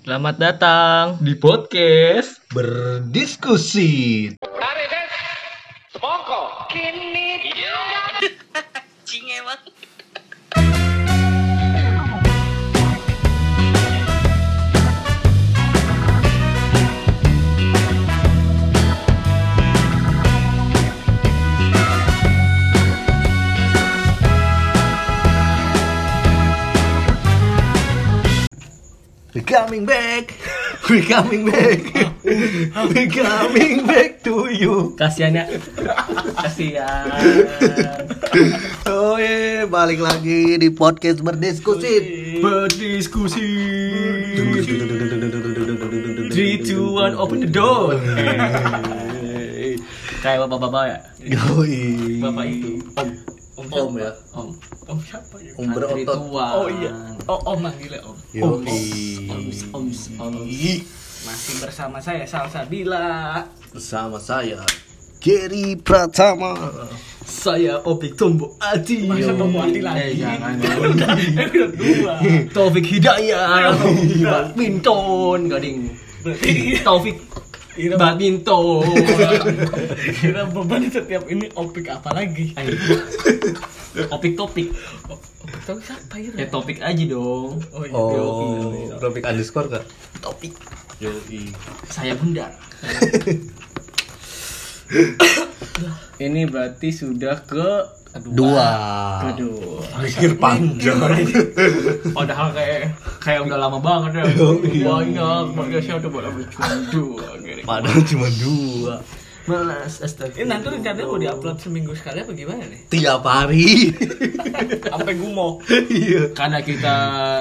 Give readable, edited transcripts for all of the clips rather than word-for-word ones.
Selamat datang di podcast Berdiskusi. Tarik des, semongko. Kini Cing emang. We coming back to you. Kasihan ya. Kasihan. Oh balik lagi di podcast Berdiskusi. 3, 2, 1, open the door. Kayak bapak-bapak ya. Yoi. Bapak itu. Om ya. Om siapa ya? Om berotot. Tua. Oh iya. Om manggilnya Om. Yoi. Om. Masih bersama saya Salsabila. Bersama saya Gary Pratama. Saya Opik Tombo Adi. Masa Tombo Adi lagi? Jangan. Udah dua. Taufik Hidayat. Badminton gading. Taufik badminton. Kira beban setiap ini Opik apa lagi? Opik topik. Tahu siapa ya? Ya topik aja dong. Oh iya. Oh, topik underscore kak. Topik. Yoi. Saya bundar. Ini berarti sudah Dua. kedua. Pikir panjang. Padahal kayak udah lama banget ya. Banyak bagusnya udah boleh cuma dua. Padahal cuma dua. Malas Ini astagfirullah. nanti rencananya mau diupload seminggu sekali apa gimana nih? Tiap hari. Sampai gumoh. Iya. Karena kita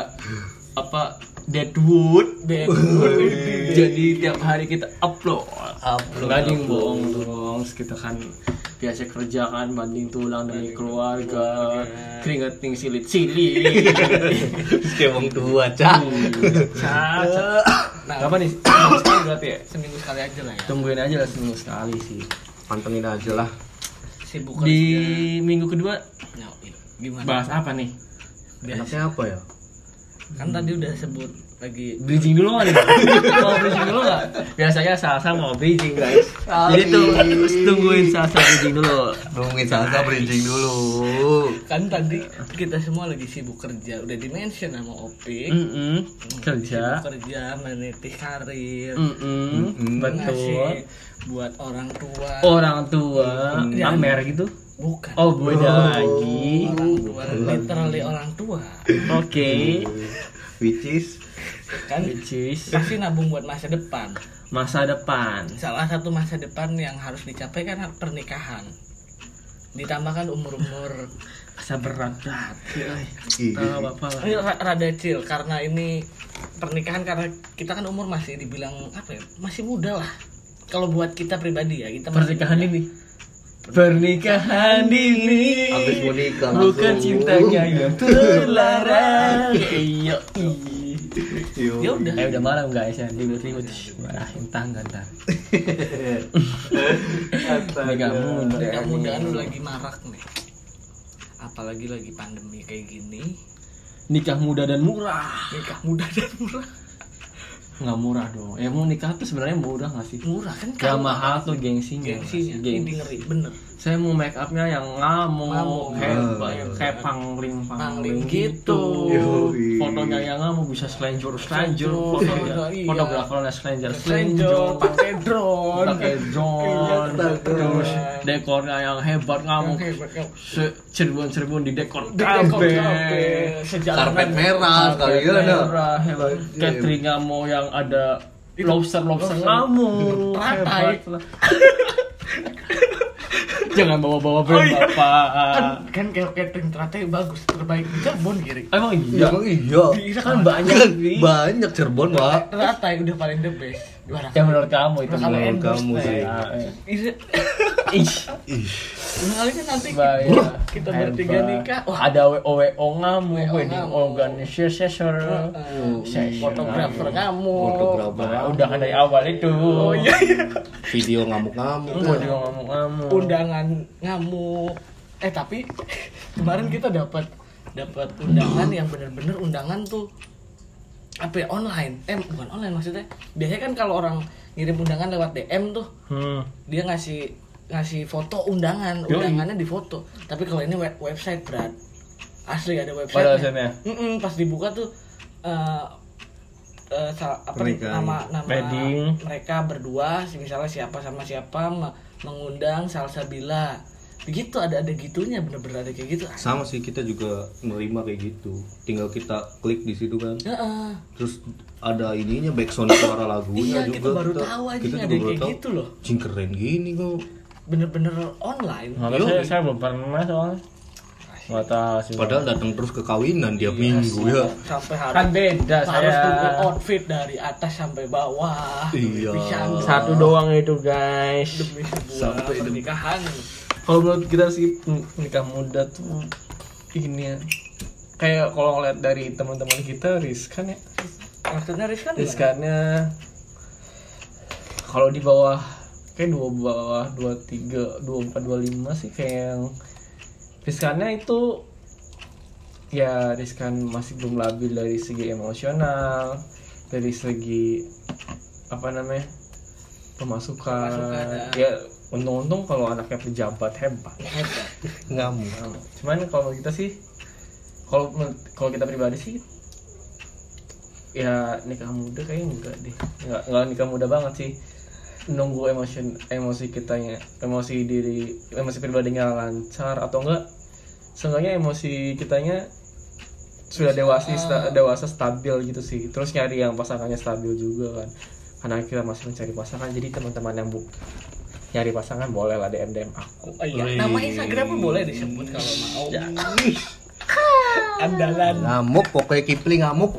Deadwood. Jadi tiap hari kita upload. Nggak ding bohong dong. Kita kan biasa kerja kan banting tulang demi keluarga. Keringeting silit-silit. Kayak wong tua, Cak. Caca. Nah, Apa nih? Seminggu sekali berarti ya? seminggu sekali aja lah ya. Tungguin aja lah seminggu sekali sih. Pantengin aja lah. Sibuk Di kerja. minggu kedua Nah, gimana? bahas apa nih? Enaknya apa ya? Kan tadi udah sebut lagi Bridging dulu nggak nih? Mau bridging dulu nggak? Biasanya Salsa mau bridging guys. Jadi tungguin Salsa bridging dulu. Nungguin Salsa bridging dulu. kan tadi kita semua lagi sibuk kerja, udah di-mention sama Opik. Kerja. Sibuk kerja, meniti karir, Betul. ngasih buat orang tua. Orang tua pamer gitu. Bukan. Oh beda lagi. Orang tua, literally orang tua. Oke. Which is Kan Which is pasti nabung buat masa depan. masa depan. Salah satu masa depan yang harus dicapai kan pernikahan. Ditambahkan umur-umur. Asa berat. Iya. Tahu apa lah. Ini rada chill karena ini pernikahan, karena kita kan umur masih dibilang apa ya, masih muda lah. Kalau buat kita pribadi ya, kita masih Pernikahan muda. ini. Pernikahan dini. Habis mau nikah Bukan langsung. cintanya yang terlarang. Iya. Ya udah. Udah malam guys ya, ribut-ribut. Marahin tangga ntar. Nikah muda. Nikah muda kan lagi marak nih. Apalagi lagi pandemi kayak gini. Nikah muda dan murah. Nikah muda dan murah. Nggak murah dong. Ya mau nikah tuh sebenarnya murah nggak sih? Murah kan Gak mahal tuh gengsinya. Gengsinya. Ini ngeri bener. Saya mau make upnya yang ngamuk, Ngamuk. kayak pangling Pangling gitu. Yoi. Fotonya yang ngamuk bisa selenjor, Iya. fotografernya selenjor, Senjol pakai drone. pakai drone, Iya, terus dekornya yang hebat ngamuk, cerbon di dekor kabeh. Karpet merah sekali ya. Merah, hebat. Cateringnya mau yang ada lobster ngamuk, Teratai. hebat lah. Jangan bawa-bawa brand bapak. Kan catering teratai bagus, terbaik di Cirebon Giri. Emang iya. Emang iya. Kan banyak sih. Banyak Cirebon, Pak. Teratai udah paling the best. Ya menurut kamu itu Kalau menurut endorse kamu lah sih. ya. Ih, Ih. Kali kan nanti bahaya. kita bertiga Hebat. nikah. Wah, Ada WO ngamuk, WO wedding ngamuk. organizer, fotografer ngamuk. Fotografer. Udah kan dari awal itu. Oh iya. Video ngamuk-ngamuk. Wedding ngamuk-ngamuk. Undangan ngamuk. Tapi kemarin kita dapat undangan yang bener-bener undangan tuh apa ya, online. Bukan online maksudnya. Biasanya kan kalau orang ngirim undangan lewat DM tuh, dia ngasih foto undangannya di foto. Tapi kalau ini website, Brad. Asli ada website-nya. Pas dibuka tuh nama wedding mereka berdua, misalnya siapa sama siapa mengundang Salsabila. Begitu ada gitunya, bener-bener ada kayak gitu. Sama sih, kita juga nerima kayak gitu. Tinggal kita klik di situ kan. Terus ada ininya, backsound suara lagunya juga. Kita baru tahu aja ada kayak gitu loh. Cing, keren gini kok. Bener-bener online. Saya belum pernah soalnya. Nggak tahu sih. Padahal datang terus ke kawinan tiap minggu ya. Sampai kan beda harus saya. outfit dari atas sampai bawah. Iya. Satu doang itu guys. Demi sebuah pernikahan. Kalau menurut kita sih nikah muda tuh ini ya, kayak kalau ngeliat dari teman-teman kita riskan ya. Maksudnya riskan? Riskannya kalau di bawah kayak 23, 24, 25 sih kayak yang riskannya itu ya riskan masih belum labil dari segi emosional, dari segi pemasukan. Ya untung-untung kalau anaknya pejabat hebat. Ngamuk. Cuman kalau kita sih, kalau kita pribadi sih, ya nikah muda kayaknya enggak deh. Enggak nikah muda banget sih. Nunggu emosi pribadinya lancar atau enggak, seenggaknya emosi kitanya sudah dewasa stabil gitu sih. Terus nyari yang pasangannya stabil juga kan, karena kita masih mencari pasangan. Jadi teman-teman yang nyari pasangan boleh lah DM aku. Nama Instagramnya boleh disebut kalau mau. Andalan. Ngamuk, pokoknya Kipling ngamuk.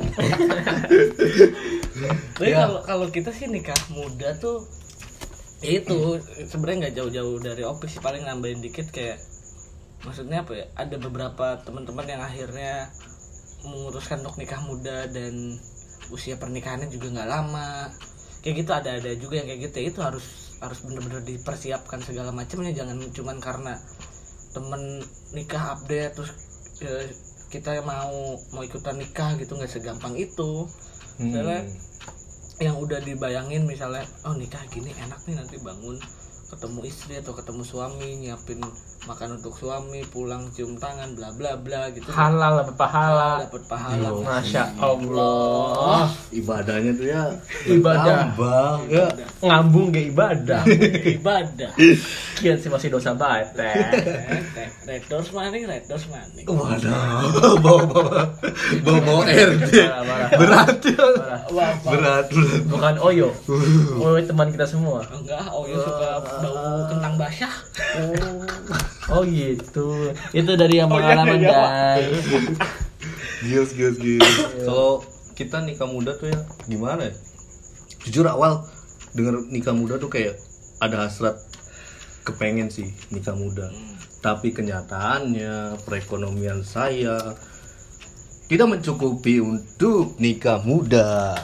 Tapi kalau kita sih nikah muda tuh itu sebenarnya nggak jauh-jauh dari opsi, paling nambahin dikit kayak, maksudnya apa ya, ada beberapa teman-teman yang akhirnya memutuskan untuk nikah muda dan usia pernikahannya juga nggak lama kayak gitu. Ada juga yang kayak gitu. Itu harus benar-benar dipersiapkan segala macamnya, jangan cuman karena temen nikah update terus kita mau ikutan nikah gitu. Nggak segampang itu. Misalnya yang udah dibayangin, misalnya nikah gini enak nih, nanti bangun ketemu istri atau ketemu suami, nyiapin makan untuk suami, pulang cium tangan, bla bla bla gitu. Halal, dapat pahala. Masya Allah. Ibadahnya tuh ya Ibadah. Ya. Ngambung ke ibadah. Kian sih masih dosa baik teh. Red doors maning. Waduh, bawa RD. Berat ya. Berat. Bukan Oyo. Oyo teman kita semua. Enggak, Oyo suka bau kentang basah. Oh gitu. Itu dari yang pengalaman guys. Gils. Kalau kita nikah muda tuh ya gimana ya? Jujur awal denger nikah muda tuh kayak ada hasrat kepengen sih nikah muda. Tapi kenyataannya perekonomian saya tidak mencukupi untuk nikah muda.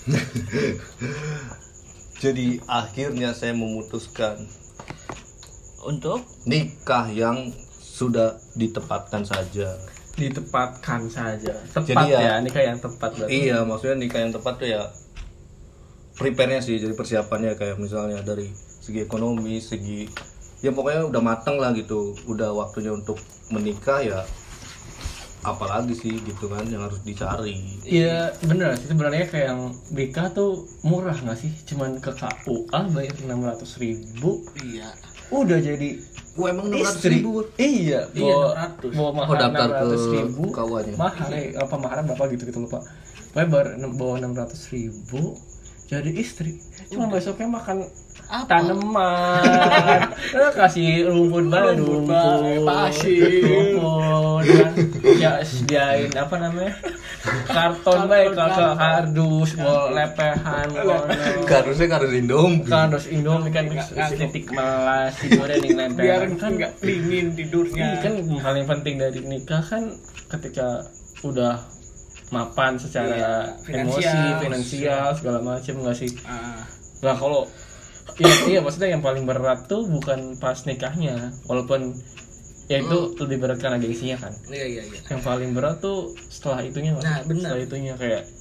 Jadi akhirnya saya memutuskan untuk nikah yang sudah ditempatkan saja. Tepat. Jadi ya nikah yang tepat berarti. Iya, maksudnya nikah yang tepat tuh ya prepare-nya sih, jadi persiapannya kayak misalnya dari segi ekonomi, segi ya pokoknya udah mateng lah gitu. Udah waktunya untuk menikah ya, apalagi sih gitu kan yang harus dicari. Iya bener sih, sebenarnya kayak yang nikah tuh murah nggak sih? Cuman ke KUA bayar 600.000. Iya. Udah jadi emang 600.000. Iya, bawa mahar 600.000. Mahar berapa gitu lupa. Bawa 600.000 jadi istri. Cuma besoknya makan tanaman. Kasih rumput baru, pasir. Ya sediain karton baik, kardus, mau lepehan, kardus Indomie kan titik melas tidurnya nih lepehan. Biar kan nggak dingin tidurnya. Kan paling penting dari nikah kan ketika udah mapan secara finansial segala macam nggak sih? Nah kalau iya maksudnya yang paling berat tuh bukan pas nikahnya, walaupun ya itu lebih berat karena gengsinya kan. Iya. Yang paling berat tuh setelah itunya. Nah, benar. Setelah itunya kayak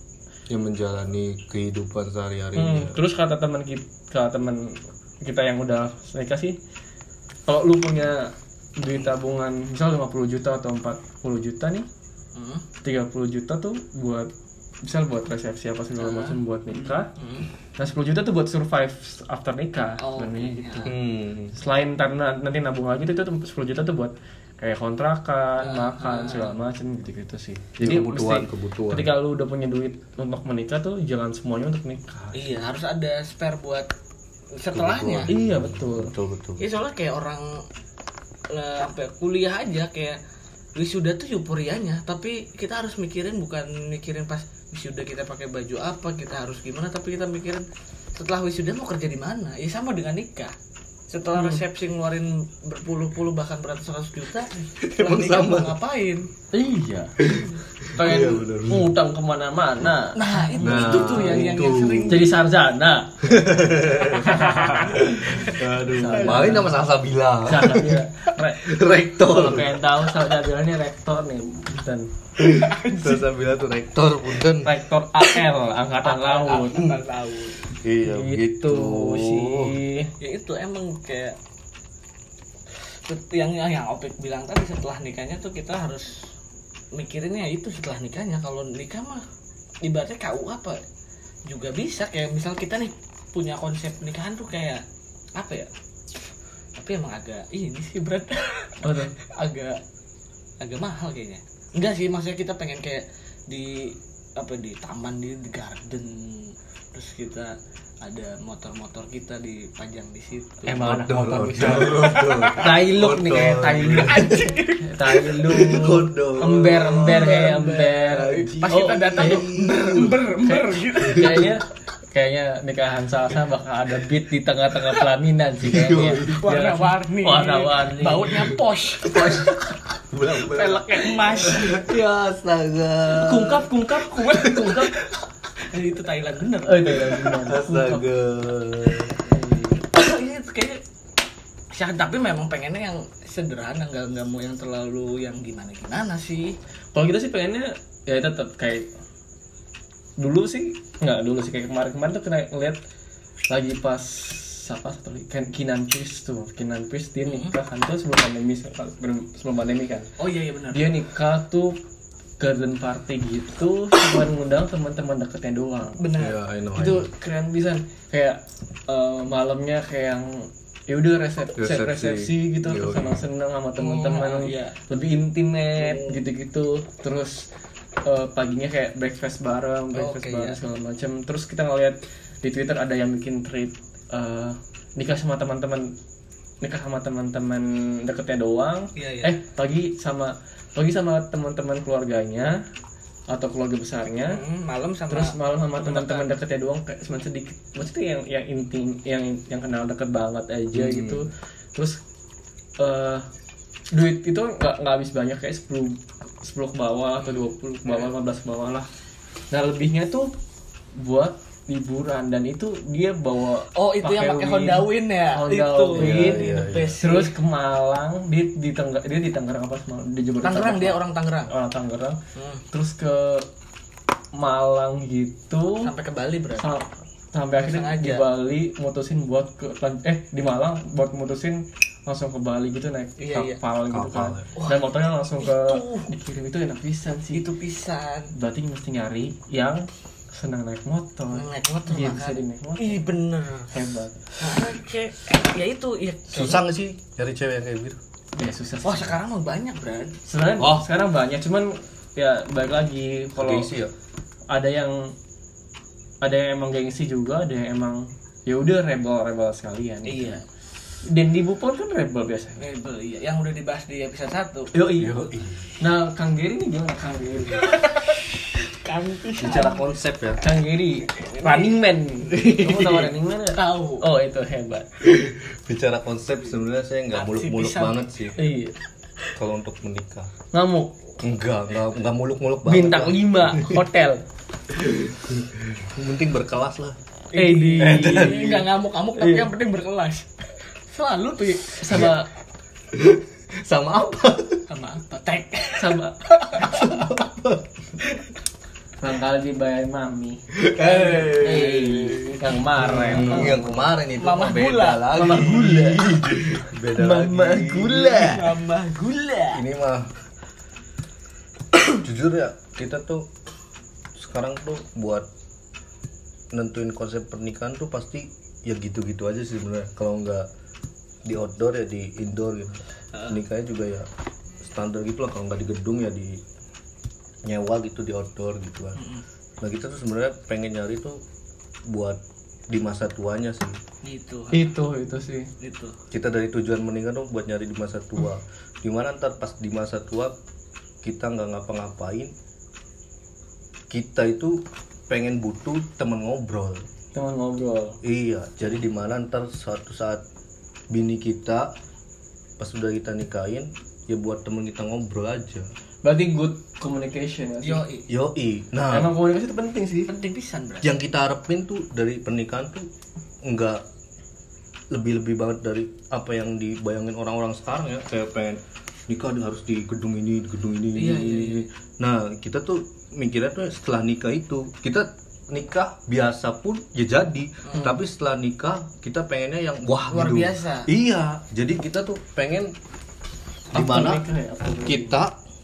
yang menjalani kehidupan sehari-harinya. Terus kata teman kita yang udah nikah sih, kalau lu punya duit tabungan misal 50 juta atau 40 juta nih, 30 juta tuh buat misal buat resepsi apa segala macam buat nikah. Nah 10 juta tuh buat survive after nikah sebenarnya gitu. Selain nanti nabung lagi itu 10 juta tuh buat kayak kontrakan, makan segala macam gitu sih. Jadi kebutuhan. Ketika lu udah punya duit untuk menikah tuh jangan semuanya untuk nikah. Iya, harus ada spare buat setelahnya. Iya betul. Iya, soalnya kayak orang kuliah aja kayak wisuda tuh euforianya, tapi kita harus bukan mikirin pas wisuda kita pakai baju apa, kita harus gimana, tapi kita mikirin setelah wisuda mau kerja di mana. Ya sama dengan nikah. Setelah resepsi ngeluarin berpuluh-puluh bahkan beratus-ratus juta, setelah nikah mau ngapain? Iya. Pengen ngutang kemana-mana. Nah itu tuh yang sering jadi sarjana. Aduh, main sama Salsabila. Rektor. Kalau pengen tahu Salsabila ini rektor nih, dan Salsabila tuh rektor, punten. Rektor AL, Angkatan Laut. Iya, gitu sih. Ya itu emang kayak yang Opik bilang tadi, setelah nikahnya tuh kita harus mikirinnya itu setelah nikahnya. Kalau nikah mah ibaratnya KU apa juga bisa, kayak misal kita nih punya konsep nikahan tuh kayak apa ya, tapi emang agak ini sih berat. agak mahal kayaknya. Enggak sih, maksudnya kita pengen kayak di taman, di garden, terus kita ada motor-motor kita dipajang di situ. Emang ada motor bisa. Tailuk nih kayak tailuk. Ember kayak ember. Pas kita datang tuh ember gitu. Kayaknya nikahan Salsa bakal ada beat di tengah-tengah pelaminan sih kayaknya. Warna-warni. Bautnya posh. Peleknya emas. Ya astaga. Kungkap. Itu Thailand bener. Astaga. Iya itu kayak tapi memang pengennya yang sederhana, nggak mau yang terlalu yang gimana sih. Kalau kita sih pengennya ya tetap kayak dulu sih kayak kemarin tuh kena ngeliat lagi pas Kinan Pris dia nikah kan tuh sebelum pandemi kan. Oh iya benar. Dia nikah tuh garden party gitu, cuma ngundang teman-teman deketnya doang. Benar. Yeah, Itu keren bisa kayak malamnya kayak yang ya udah resepsi gitu, senang-senang sama teman-teman, lebih intimate gitu-gitu. Terus paginya kayak breakfast bareng segala macam. Terus kita ngeliat di Twitter ada yang bikin tweet nikah sama teman-teman deketnya doang. Pagi sama teman-teman keluarganya atau keluarga besarnya, malam sama teman-teman deketnya doang, kayak cuma sedikit, maksudnya yang intim, yang kenal deket banget aja gitu. Terus duit itu nggak habis banyak, kayak 10 ke bawah atau 20 ke bawah, 15 ke bawah lah. Nah lebihnya tuh buat liburan, dan itu dia bawa itu yang pakai Honda Win ya. Iya. Terus ke Malang, dia di Tangerang apa Semarang, di Jabodetabek. Tangerang, dia orang Tangerang. Terus ke Malang gitu sampai ke Bali berarti. Sampai akhirnya di Bali mutusin buat di Malang buat mutusin langsung ke Bali gitu, naik kapal gitu kan. Dan motornya langsung dikirim. Itu enak pisan sih. Itu pisan. Berarti mesti nyari yang senang naik motor. Iya, bisa naik motor. Ih bener. Hebat. Ya itu ya. Susah nggak sih cari cewek yang kayak gitu? Ya susah. Wah sekarang mah banyak Brad. Sebenarnya sekarang banyak, cuman ya balik lagi kalau ada yang emang gengsi juga, ada yang emang ya udah rebel sekalian. Iya. Dan di Bupon kan rebel biasanya. Rebel iya, yang udah dibahas di episode 1. Yoi. Nah, Kang Geri ini gimana Kang Geri? Bicara konsep ya. Kang Geri, Running Man. Kamu tahu Running Man? Tahu. Oh, itu hebat. Bicara konsep sebenarnya saya nggak muluk-muluk banget sih. Iya. Kalau untuk menikah. Ngamuk. Enggak muluk-muluk banget. Bintang 5 hotel. Yang penting berkelas lah. Enggak ngamuk-ngamuk tapi yang penting berkelas. Selalu tuh sama apa? Tek. Sama Mangkal dibayar mami. Hey. Yang kemarin. Yang kemarin itu Mama beda gula. lagi. Mama gula. Beda Mama lagi. gula. Tambah gula. Ini mah jujur ya, kita tuh sekarang tuh buat nentuin konsep pernikahan tuh pasti ya gitu-gitu aja sih sebenarnya. Kalau nggak di outdoor ya di indoor gitu. Nikahnya juga ya standar gitu lah, kalau nggak di gedung ya di nyewa gitu di outdoor gitu kan. Nah kita tuh sebenarnya pengen nyari tuh buat di masa tuanya sih. Itu sih. Itu. Kita dari tujuan menikah tuh buat nyari di masa tua. Dimana ntar pas di masa tua kita nggak ngapa-ngapain, kita itu pengen butuh teman ngobrol. Teman ngobrol. Iya, jadi dimana ntar suatu saat bini kita pas udah kita nikahin ya buat temen kita ngobrol aja. Berarti good communication ya sih? Yoi. Nah, Emang komunikasi itu penting sih. Penting pisan, Bro. yang kita harapin tuh dari pernikahan tuh nggak lebih-lebih banget dari apa yang dibayangin orang-orang sekarang ya, kayak pengen nikah harus di gedung ini, di gedung ini, ini. Nah, kita tuh mikirnya tuh setelah nikah itu kita nikah biasa pun ya jadi, tapi setelah nikah kita pengennya yang wah Luar gitu. biasa. Iya, jadi kita tuh pengen dimana After nikah ya, after nikah. kita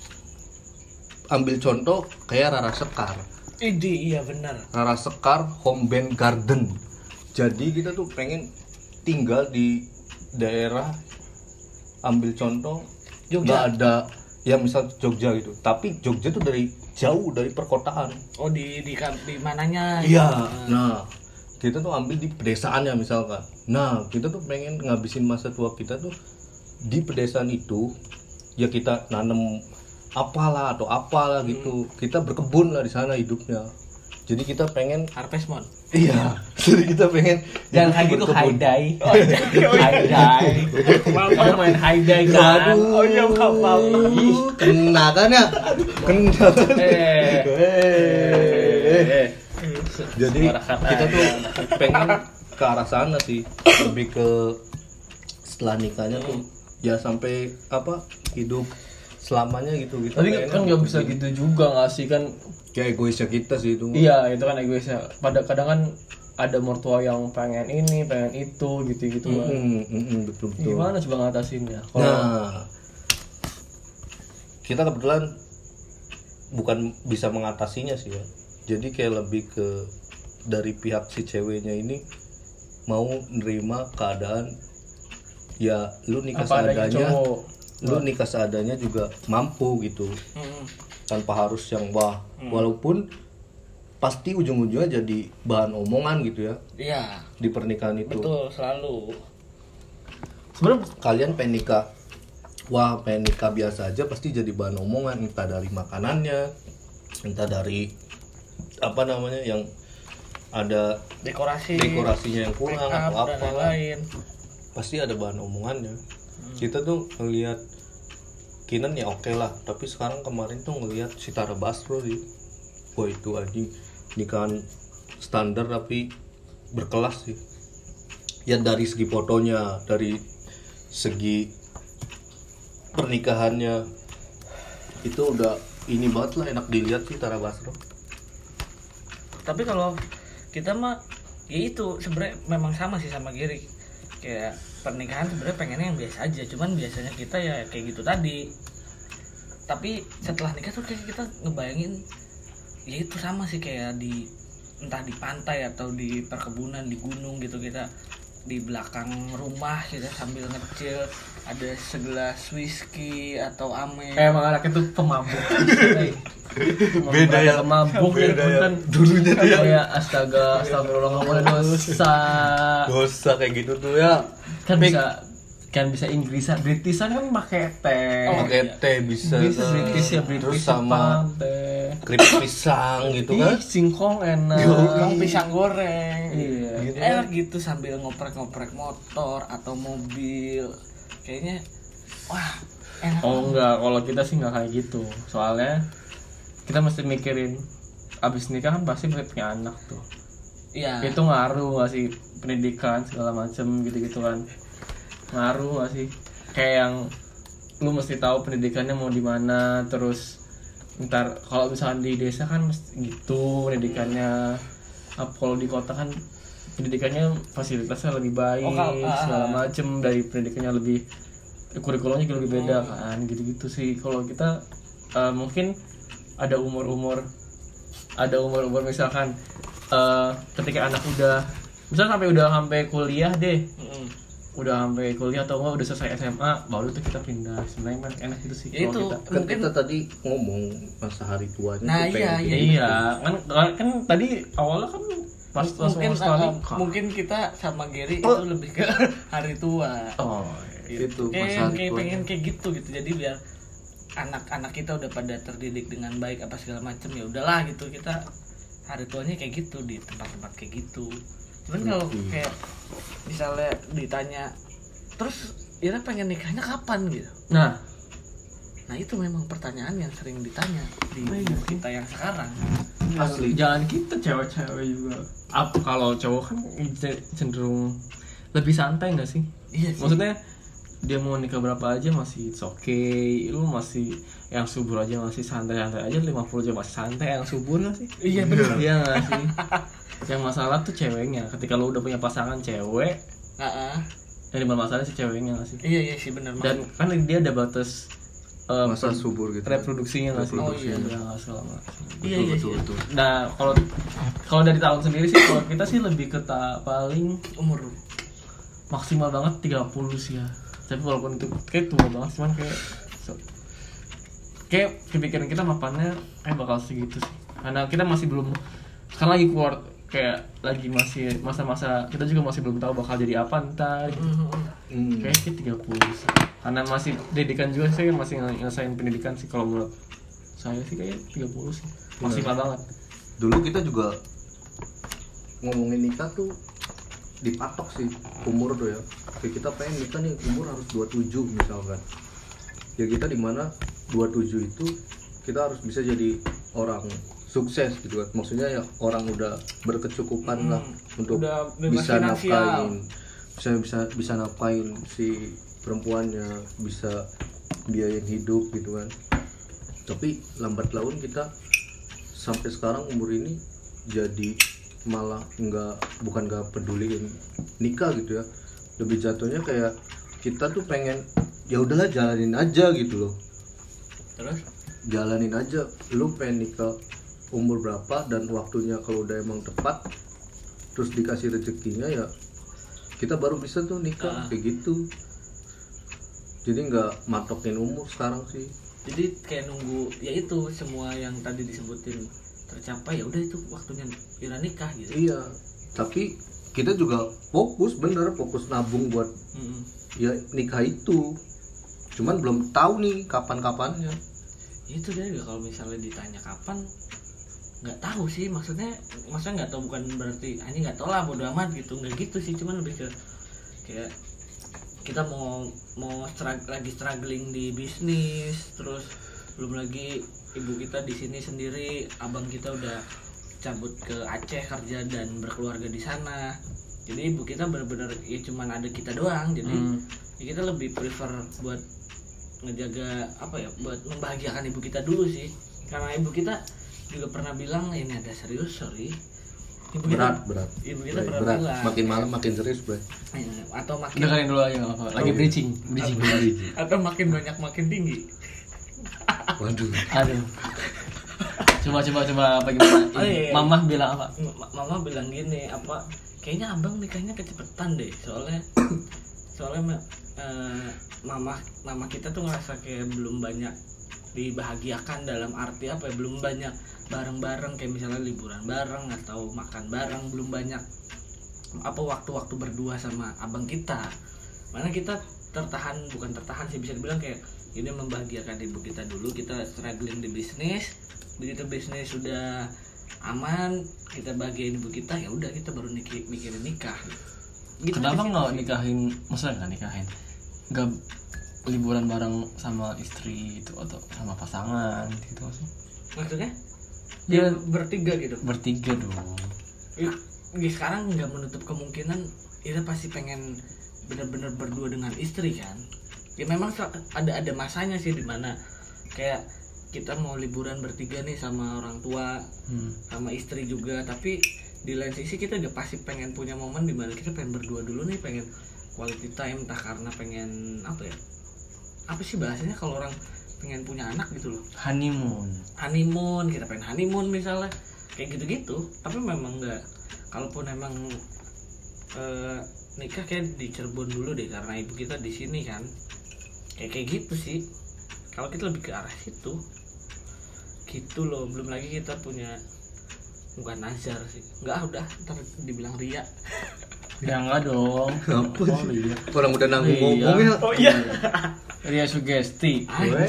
ambil contoh kayak Rara Sekar. Iya benar. Rara Sekar Home Band Garden. Jadi kita tuh pengen tinggal di daerah, ambil contoh Jogja. nggak ada ya misal Jogja gitu, tapi Jogja tuh dari jauh dari perkotaan. Oh di mananya? Iya. Nah kita tuh ambil di pedesaannya misalkan. Nah kita tuh pengen ngabisin masa tua kita tuh di pedesaan itu, ya kita nanam apalah atau apalah gitu, kita berkebun lah di sana hidupnya. Jadi kita pengen Harvest Moon. iya, jadi kita pengen Jangan kayak gitu high day. High day. Kamu main high day kan? Aduh. Oh iya, maaf. Ih, kena kan ya? Kena kan? Jadi kita tuh pengen ke arah sana sih, lebih ke setelah nikahnya tuh ya sampai apa hidup selamanya gitu. Kita Tapi pengennya kan nggak bisa gitu juga nggak sih kan? kayak egoisnya kita sih itu. Iya, itu kan egoisnya. Kadang kan ada mertua yang pengen ini, pengen itu, gitu-gitu. Betul. Gimana coba ngatasinnya? Nah, kita kebetulan bukan bisa mengatasinya sih ya. Jadi kayak lebih ke dari pihak si ceweknya ini mau nerima keadaan ya lu nikah Apa adanya seadanya, cowok. lu nikah seadanya juga mampu gitu, tanpa harus yang wah. Walaupun pasti ujung-ujungnya jadi bahan omongan gitu ya Iya, di pernikahan itu. betul selalu. Sebenarnya Kalian pengen nikah, wah pengen nikah biasa aja pasti jadi bahan omongan, entah dari makanannya, entah dari apa namanya yang ada dekorasinya yang kurang atau dan apa, lain. pasti ada bahan omongannya. Kita tuh ngelihat Kinan ya oke lah, tapi sekarang kemarin tuh ngelihat si Tara Basro sih, wah itu anjing nikahan standar tapi berkelas sih. Ya dari segi fotonya, dari segi pernikahannya itu udah ini banget lah, enak dilihat sih Tara Basro. Tapi kalau kita mah ya itu sebenarnya memang sama sih sama Giri. Kayak pernikahan sebenarnya pengennya yang biasa aja, cuman biasanya kita ya kayak gitu tadi. Tapi setelah nikah tuh kayak kita ngebayangin ya itu sama sih kayak di entah di pantai atau di perkebunan, di gunung gitu, kita di belakang rumah kita sambil ngecil, ada segelas whisky atau ame. emang anaknya tuh pemabuk. Beda ya, pemabuk beda ya. kan Dulunya tuh ya astagfirullah dosa kayak gitu tuh ya. kan bisa Inggrisan, Britishan kan pakai teh. Pakai teh bisa, British ya terus British sama teh. keripik pisang gitu kan. Singkong enak. Kamu pisang goreng. Iya. Enak gitu sambil ngoprek-ngoprek motor atau mobil. Kayaknya wah, enak. Oh enggak, kalau kita sih enggak kayak gitu. Soalnya kita mesti mikirin abis nikah kan pasti punya anak tuh. Iya. Itu ngaruh nggak sih pendidikan segala macem gitu-gitu kan? Ngaruh nggak sih? Kayak yang lu mesti tahu pendidikannya mau di mana, terus ntar kalau misalkan di desa kan gitu pendidikannya, kalau di kota kan pendidikannya fasilitasnya lebih baik, segala macem, dari pendidikannya lebih kurikulumnya juga lebih beda kan, gitu-gitu sih. Kalau kita mungkin ada umur misalkan ketika anak udah sampai kuliah deh, udah sampai kuliah atau enggak udah selesai SMA, baru tuh kita pindah. Sebenarnya enak gitu sih. Ya itu Kan kita tadi ngomong masa hari tuanya. Nah tuh iya kan tadi awalnya kan pas mungkin kita sama Gary itu lebih ke hari tua. Oh itu masa hari kayak tuanya. pengen kayak gitu. Jadi biar anak-anak kita udah pada terdidik dengan baik apa segala macem, ya udahlah gitu, kita hari tuanya kayak gitu di tempat-tempat kayak gitu. Cuman kalau kayak misalnya ditanya terus Ira pengen nikahnya kapan gitu, nah itu memang pertanyaan yang sering ditanya di kita yang sekarang. Asli. Jangan kita, cewek-cewek juga. Apa kalau cowok kan cenderung lebih santai nggak sih? Iya sih. Maksudnya dia mau nikah berapa aja masih it's okay, lu masih yang subur aja masih santai-santai aja, 50 aja masih santai, yang subur nggak sih? Iya benar. Iya nggak sih? Yang masalah tuh ceweknya. Ketika lu udah punya pasangan cewek, yang bermasalah sih ceweknya nggak sih? Iya sih benar. Dan kan dia ada batas masa subur gitu. reproduksinya nggak sih? Oh iya. Nggak selama. Iya. Betul. Nah kalau dari tahun sendiri sih, kalau kita sih lebih ke paling Umur maksimal banget 30 sih ya. Tapi walaupun itu kayak tua banget, cuman kayak kepikiran kita mapannya kayak bakal segitu sih. Karena kita masih belum, sekarang lagi keluar, kayak lagi masih masa-masa kita juga masih belum tahu bakal jadi apa ntar gitu. Kayaknya 30 sih. Karena masih pendidikan juga, saya masih ngelesain pendidikan sih. Kalau menurut saya sih kayak 30 sih maksimal banget. Dulu kita juga ngomongin nikah tuh dipatok sih umur tuh ya. Kayak kita pengen nikah nih umur harus 27 misalkan. Ya kita di mana 27 itu kita harus bisa jadi orang sukses gitu kan. Maksudnya ya orang udah berkecukupan lah untuk bisa nafkain, bisa nafkain si perempuannya, bisa biayain hidup gitu kan. Tapi lambat laun kita sampai sekarang umur ini jadi malah bukan nggak peduliin nikah gitu ya, lebih jatuhnya kayak kita tuh pengen ya udahlah jalanin aja gitu loh. terus Jalanin aja, lu pengen nikah umur berapa dan waktunya kalau udah emang tepat terus dikasih rezekinya ya kita baru bisa tuh nikah kayak gitu. Jadi nggak matokin umur sekarang sih. jadi kayak nunggu ya itu semua yang tadi disebutin tercapai, ya udah itu waktunya Ira nikah gitu. Iya, tapi kita juga fokus nabung buat ya nikah itu. Cuman belum tahu nih kapan-kapannya. Itu dia kalau misalnya ditanya kapan, nggak tahu sih, maksudnya nggak tahu bukan berarti hanya nggak tahu lah bodo amat gitu, nggak gitu sih, cuman lebih ke kayak kita mau lagi struggling di bisnis, terus belum lagi ibu kita di sini sendiri, abang kita udah cabut ke Aceh kerja dan berkeluarga di sana. Jadi ibu kita benar-benar ya cuman ada kita doang. Jadi ya kita lebih prefer buat ngejaga buat membahagiakan ibu kita dulu sih. Karena ibu kita juga pernah bilang, ini ada serius sorry. Berat. Ibu kita pernah bilang makin malam makin serius, Bro. Atau makin dengerin dulu aja nggak apa, lagi bridging. Atau makin banyak makin tinggi. Waduh. Aduh. Coba apa gimana? Mama bilang apa? Mama bilang gini, kayaknya abang nikahnya kecepetan deh, soalnya mama kita tuh ngerasa kayak belum banyak dibahagiakan, dalam arti belum banyak bareng-bareng, kayak misalnya liburan bareng atau makan bareng, belum banyak waktu-waktu berdua sama abang kita. Mana kita bukan tertahan sih, bisa dibilang kayak ini membahagiakan ibu kita dulu, kita struggling di bisnis, begitu bisnis sudah aman, kita bahagiain ibu kita, ya udah kita baru mikirin nikah. Gitu. Kenapa nggak nikahin? Maksudnya nggak nikahin? Nggak liburan bareng sama istri itu atau sama pasangan gitu sih? Maksudnya? Ya bertiga gitu. Bertiga dong. Sekarang nggak menutup kemungkinan kita pasti pengen benar-benar berdua dengan istri kan. Ya memang ada masanya sih, dimana kayak kita mau liburan bertiga nih sama orang tua, sama istri juga, tapi di lain sisi kita juga pasti pengen punya momen di mana kita pengen berdua dulu nih, pengen quality time, entah karena pengen apa sih bahasanya kalau orang pengen punya anak gitu loh, honeymoon, kita pengen honeymoon misalnya kayak gitu-gitu. Tapi memang nggak, kalaupun emang nikah kayak di Cirebon dulu deh karena ibu kita di sini kan, kayak gitu sih. Kalau kita lebih ke arah situ gitu loh. Belum lagi kita punya, bukan nazar sih, nggak, udah ntar dibilang ria. Ya enggak dong. Apa sih? Iya. Orang udah nanggung Iya. ngomong ya. Oh iya. Ria Sugesti.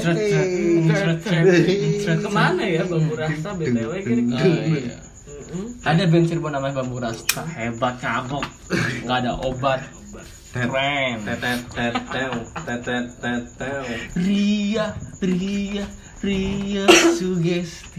Kemana ya Bambu Rasta BTW kira-kira? Iya. Ada band Cirebon namanya Bambu Rasta, hebat kabok, nggak ada obat, keren. Ria Sugesti.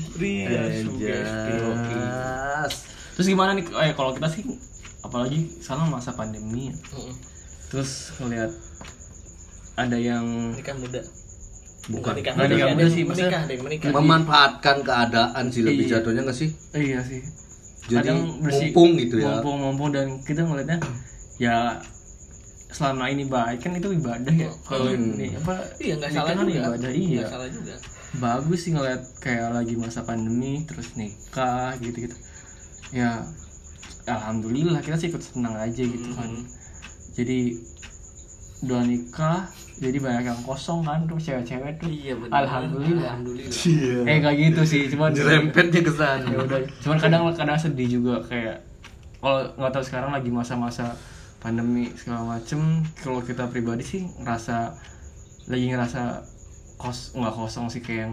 Terus gimana nih? Kalau kita sih, apalagi sekarang masa pandemi, terus ngeliat ada yang Nikah muda. Bukan. Nikah Nggak nikah muda sih, menikah maksudnya menikah. Memanfaatkan keadaan sih lebih Iya. jatuhnya nggak sih? Iya sih. Jadi Kadang mumpung gitu ya. Mumpung dan kita ngeliatnya ya selama ini baik kan itu ibadah ya. Kalau ini apa? Iya nggak nikah salah kan juga. ibadah, iya. Nggak salah juga. Bagus sih ngeliat kayak lagi masa pandemi terus nikah gitu-gitu. Ya alhamdulillah kita sih ikut senang aja gitu kan. Jadi udah nikah jadi banyak yang kosong kan tuh cewek-cewek tuh. Iya benar. Alhamdulillah. Iya. Kayak gitu sih, cuman Nyerempetnya ke sana. ya udah. Cuman kadang sedih juga kayak kalau nggak tahu sekarang lagi masa-masa pandemi segala macem. Kalau kita pribadi sih ngerasa nggak kosong sih, kayak yang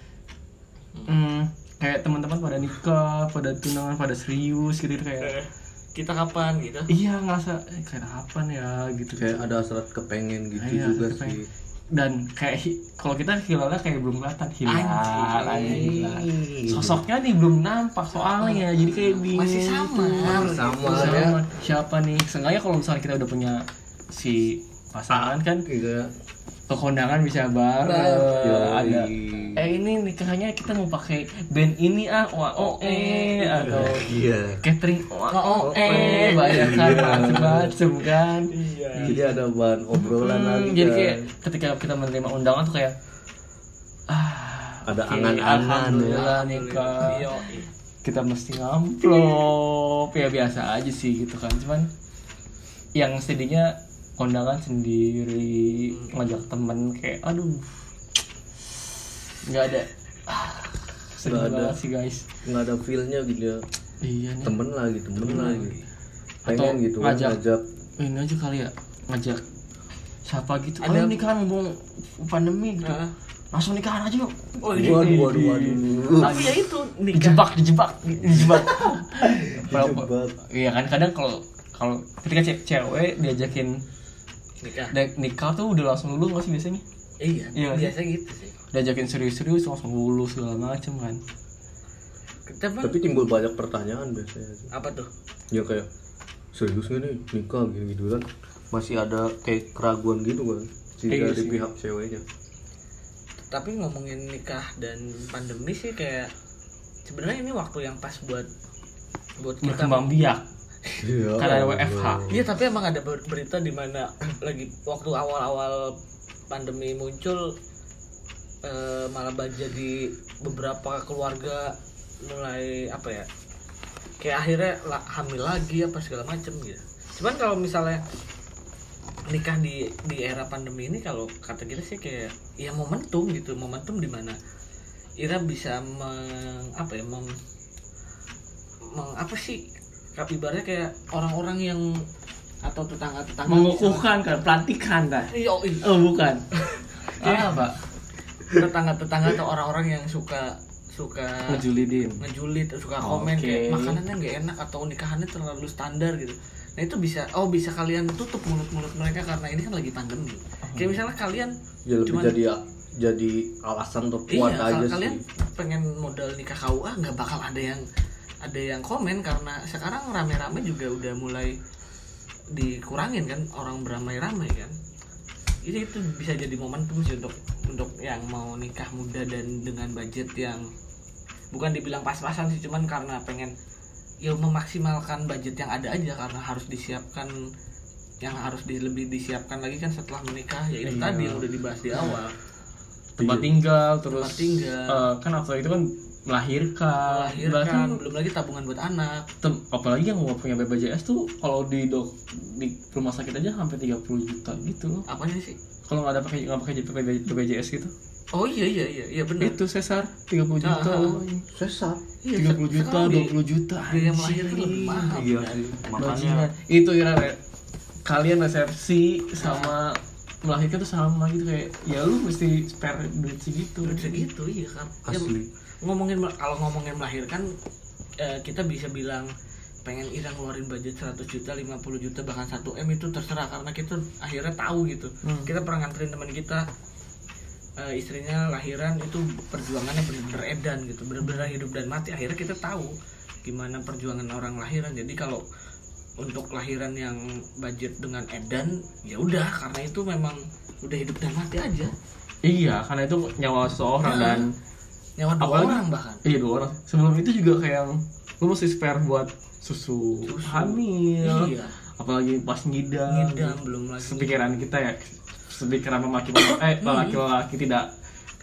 kayak teman-teman pada nikah, pada tunangan, pada serius gitu kayak Kita kapan gitu? iya ngerasa kayak kapan ya gitu. Kayak ada hasrat kepengen gitu Iya, juga kepengen. sih. Dan kayak kalau kita hilalnya kayak belum kelihatan Anjing. sosoknya nih belum nampak soalnya, jadi kayak bingung. Masih sama ya. Siapa nih? Seenggaknya kalau misalnya kita udah punya si pasangan kan, Iya. ke kondangan bisa bareng. Yoi. Ada ini nikahnya kita mau pakai band ini atau Iya. catering banyak kan macem-macem kan. Jadi ada bahan obrolan lagi. Jadi kan. kayak ketika kita menerima undangan tuh kayak ada oke, angan-angan ya. alhamdulillah nikah. Kita mesti ngamplop ya, biasa aja sih gitu kan. Cuman yang sedihnya kondangan sendiri, ngajak temen kayak aduh nggak ada. Sedih Nggak ada. banget sih guys. Nggak ada feel-nya gitu ya. Iya nih. Temen lagi. Atau Pengen gitu kan ngajak. ini aja kali ya, ngajak siapa gitu. Ada- Ayo nikahan mumpung pandemi gitu. Langsung nikahan aja yuk. Oh Waduh. Tapi ya itu nikah. Dijebak. Dijebak. Iya kan kadang kalau ketika cewek diajakin nikah tuh udah langsung lulu nggak sih biasanya? Iya, biasa gitu sih. Diajakin serius langsung lulu segala macem kan. Tapi timbul banyak pertanyaan biasanya. Apa tuh? Ya kayak serius nggak nih nikah gitu kan? Masih ada kayak keraguan gitu kan? Iya Dari sih. pihak ceweknya. Tapi ngomongin nikah dan pandemi sih kayak sebenarnya ini waktu yang pas buat kita Berkembang biak. Iya. Karena ada WFH. Iya, tapi emang ada berita di mana lagi waktu awal-awal pandemi muncul malah jadi beberapa keluarga mulai apa ya? Kayak akhirnya hamil lagi apa segala macem gitu. Cuman kalau misalnya nikah di era pandemi ini, kalau kata kita sih kayak ya momentum gitu, momentum di mana Ira bisa apa sih ibaratnya kayak orang-orang yang atau tetangga-tetangga Mengukuhkan kan, pelantikan kan? Oh bukan. Apa? Tetangga-tetangga atau orang-orang yang suka Ngejulidin. ngejulit, suka komen Oke. kayak makanannya nggak enak atau nikahannya terlalu standar gitu. Nah itu bisa kalian tutup mulut-mulut mereka karena ini kan lagi pandemi. Kayak misalnya kalian Ya lebih cuman jadi alasan terkuat aja sih. kalian pengen modal nikah KUA nggak bakal ada yang komen karena sekarang rame-rame juga udah mulai dikurangin kan orang beramai-ramai kan. itu bisa jadi momentum sih untuk yang mau nikah muda dan dengan budget yang bukan dibilang pas-pasan sih, cuman karena pengen ya memaksimalkan budget yang ada aja, karena harus disiapkan yang harus lebih disiapkan lagi kan setelah menikah, ya itu tadi yang udah dibahas di awal, tempat tinggal, terus kan after itu kan melahirkan, belum lagi tabungan buat anak. Apalagi yang mau punya BPJS tuh kalau di rumah sakit aja sampai 30 juta gitu. Apanya sih? Kalau nggak pakai BPJS gitu. Oh iya benar. Itu sesar 30 juta. Sesar 30 juta, 20 juta. Biaya melahirkan lebih mahal. Iya sih. Makanya itu kalian resepsi sama melahirkan tuh sama gitu, kayak ya lu mesti spare duit segitu. Iya kan. Asli. Kalau ngomongin melahirkan, kita bisa bilang pengen Ira ngeluarin budget 100 juta, 50 juta, bahkan 1M itu terserah, karena kita akhirnya tahu gitu. Kita pernah nganterin teman kita, istrinya lahiran, itu perjuangannya bener-bener edan gitu, bener-bener hidup dan mati. Akhirnya kita tahu gimana perjuangan orang lahiran. Jadi kalau untuk lahiran yang budget dengan edan, ya udah, karena itu memang udah hidup dan mati aja. Iya, karena itu nyawa seseorang dan nyawa dua orang bahkan. Iya, 2 orang. Sebelum itu juga kayak lu mesti spare buat susu hamil. Iya. Apalagi pas ngidam belum lagi. Sepikiran kita ya, sepikiran laki-laki tidak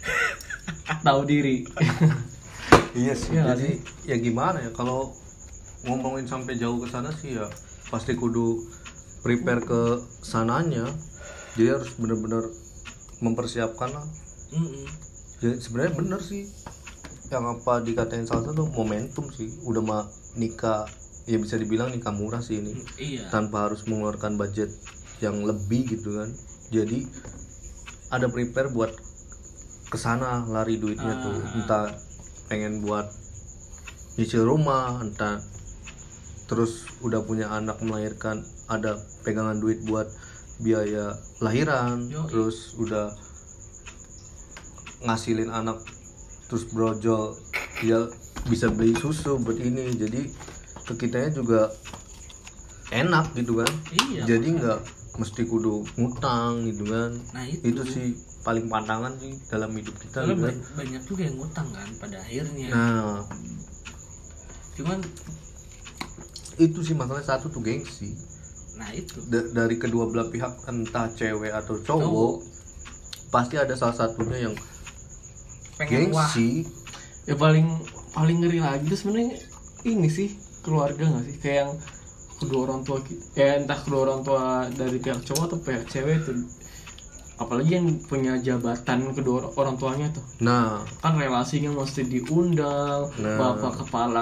tahu diri. Iya sih. Ya, jadi ya gimana ya, kalau ngomongin sampai jauh ke sana sih ya pasti kudu prepare ke sananya. Jadi harus benar-benar mempersiapkan lah. Jadi sebenarnya bener sih yang apa dikatain salah satu momentum sih. Udah mah nikah, ya bisa dibilang nikah murah sih ini. Iya. Tanpa harus mengeluarkan budget yang lebih gitu kan. Jadi ada prepare buat kesana lari duitnya tuh. Entah pengen buat nyicil rumah, entah terus udah punya anak melahirkan ada pegangan duit buat biaya lahiran. Terus udah ngasilin anak terus brojol ya bisa beli susu buat ini, jadi ke kitanya juga enak gitu kan. Iya, jadi nggak mesti kudu ngutang gitu kan. Nah itu sih paling pantangan sih dalam hidup kita gitu kan. Banyak juga yang ngutang kan pada akhirnya. Nah cuman itu sih masalah satu tuh gengsi. Nah itu dari kedua belah pihak, entah cewek atau cowok, pasti ada salah satunya yang pengen gengsi. Ya paling ngeri lagi tuh sebenarnya ini sih keluarga nggak sih, kayak yang kedua orang tua kita, entah kedua orang tua dari pihak cowok atau pihak cewek tuh, apalagi yang punya jabatan kedua orang tuanya tuh. Nah kan relasinya mesti diundang, bapak kepala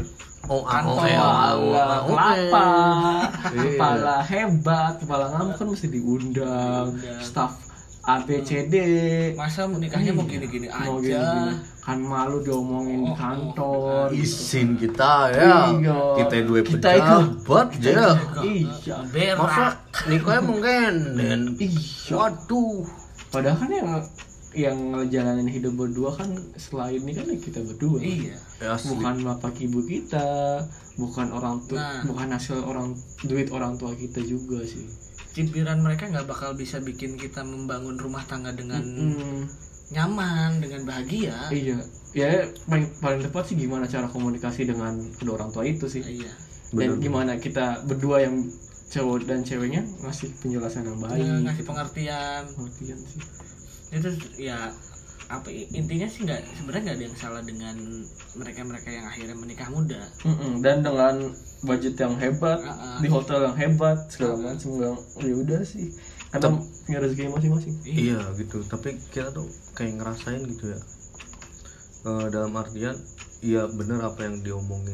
kepala hebat, kepala ngamuk kan mesti diundang, staff ABCD. Masa menikahnya mau gini-gini aja, gini. Kan malu diomongin di kantor. Izin kita ya. Iya. Kita dua pejabat ya. Iya. Masa nikahnya menggenden. Iya. Waduh. Padahal kan yang ngejalanin hidup berdua kan selain ini kan kita berdua. Iya. Bukan bapak ibu kita, bukan orang tua, bukan hasil duit orang tua kita juga sih. Cibiran mereka nggak bakal bisa bikin kita membangun rumah tangga dengan nyaman, dengan bahagia. Iya, ya paling tepat sih gimana cara komunikasi dengan kedua orang tua itu sih. Iya. Dan gimana kita berdua yang cowok dan ceweknya ngasih penjelasan yang baik, ngasih pengertian sih. Itu ya apa intinya sih, sebenarnya nggak ada yang salah dengan mereka yang akhirnya menikah muda. Dan dengan budget yang hebat, di hotel yang hebat, segala macam, ya udah sih karena punya rezeki masing-masing. Iya gitu, tapi kita tuh kayak ngerasain gitu ya, dalam artian iya bener apa yang diomongin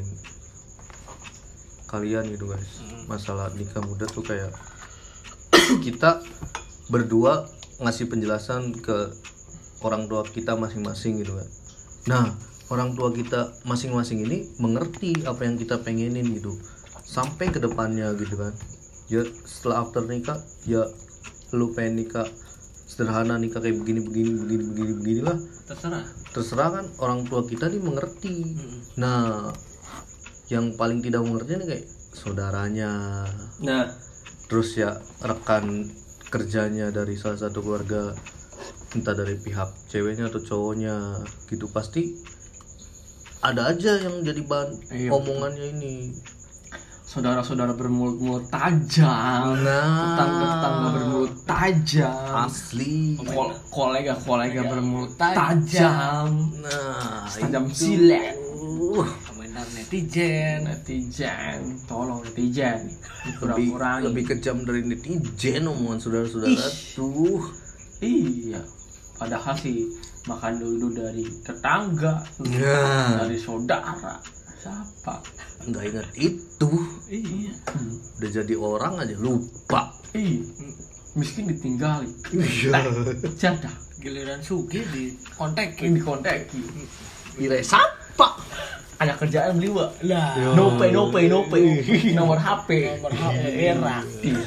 kalian gitu guys. Masalah nikah muda tuh kayak kita berdua ngasih penjelasan ke orang tua kita masing-masing gitu kan. Nah orang tua kita masing-masing ini mengerti apa yang kita pengenin gitu sampai ke depannya gitu kan. Ya setelah after nikah ya lu pengen nikah sederhana, nikah kayak beginilah, terserah kan orang tua kita nih mengerti. Nah yang paling tidak mengerti nih kayak saudaranya, terus ya rekan kerjanya dari salah satu keluarga, entah dari pihak ceweknya atau cowoknya gitu, pasti ada aja yang jadi bahan Iya, omongannya ini. Saudara-saudara bermulut-mulut tajam, tetangga-tetangga bermulut tajam, Asli. kolega-kolega bermulut tajam, tajam itu. silet. Komentar netizen. Netizen, tolong netizen, lebih kurang-kurangi. kejam dari netizen omongan saudara-saudara tuh. Iya, padahal sih makan dulu dari tetangga, Nah. dari saudara, siapa? Nggak ingat itu, Iya, udah jadi orang aja lupa. iya, miskin ditinggali, Iya. jadah, Giliran sugih di kontekin. ini konteki, Kira siapa? ada kerjaan beli wa, Lah, no pay, nomor HP, nomor HP era. Iya.